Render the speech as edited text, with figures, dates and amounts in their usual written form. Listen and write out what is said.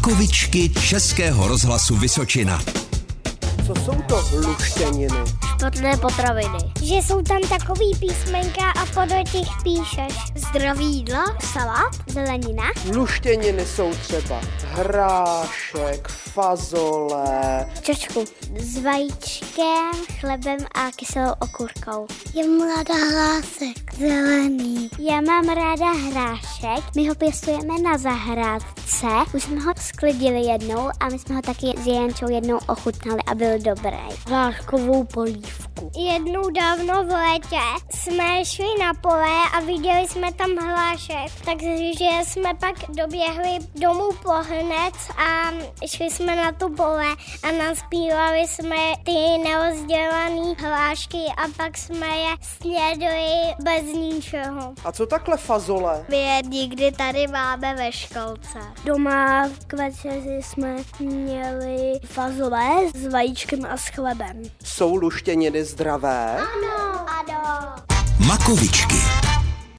Makovičky Českého rozhlasu Vysočina. Co jsou to luštěniny? Špatné potraviny. Že jsou tam takový písmenka a podle těch píšeš zdraví jídlo, salát, zelenina. Luštěniny jsou třeba hrášek, fazole. Čočku s vajíčkem, chlebem a kyselou okurkou. Já mám ráda hlásek, zelený. Já mám ráda hrášek, my ho pěstujeme na zahrádce. Už jsme ho sklidili jednou a my jsme ho taky s Jančou jednou ochutnali a byl dobrý. Hláškovou polívku. Jednou dávno v létě jsme šli na pole a viděli jsme tam hlášek, takže jsme pak doběhli domů pohned a šli jsme na tu pole a naspívali jsme ty nerozdělaný hlášky a pak jsme je snědli bez ničeho. A co takhle fazole? My je nikdy tady máme ve školce. Doma k večeři jsme měli fazole s vajíčkem a s chlebem. Jsou luštěniny zdravé? Ano. Makovičky.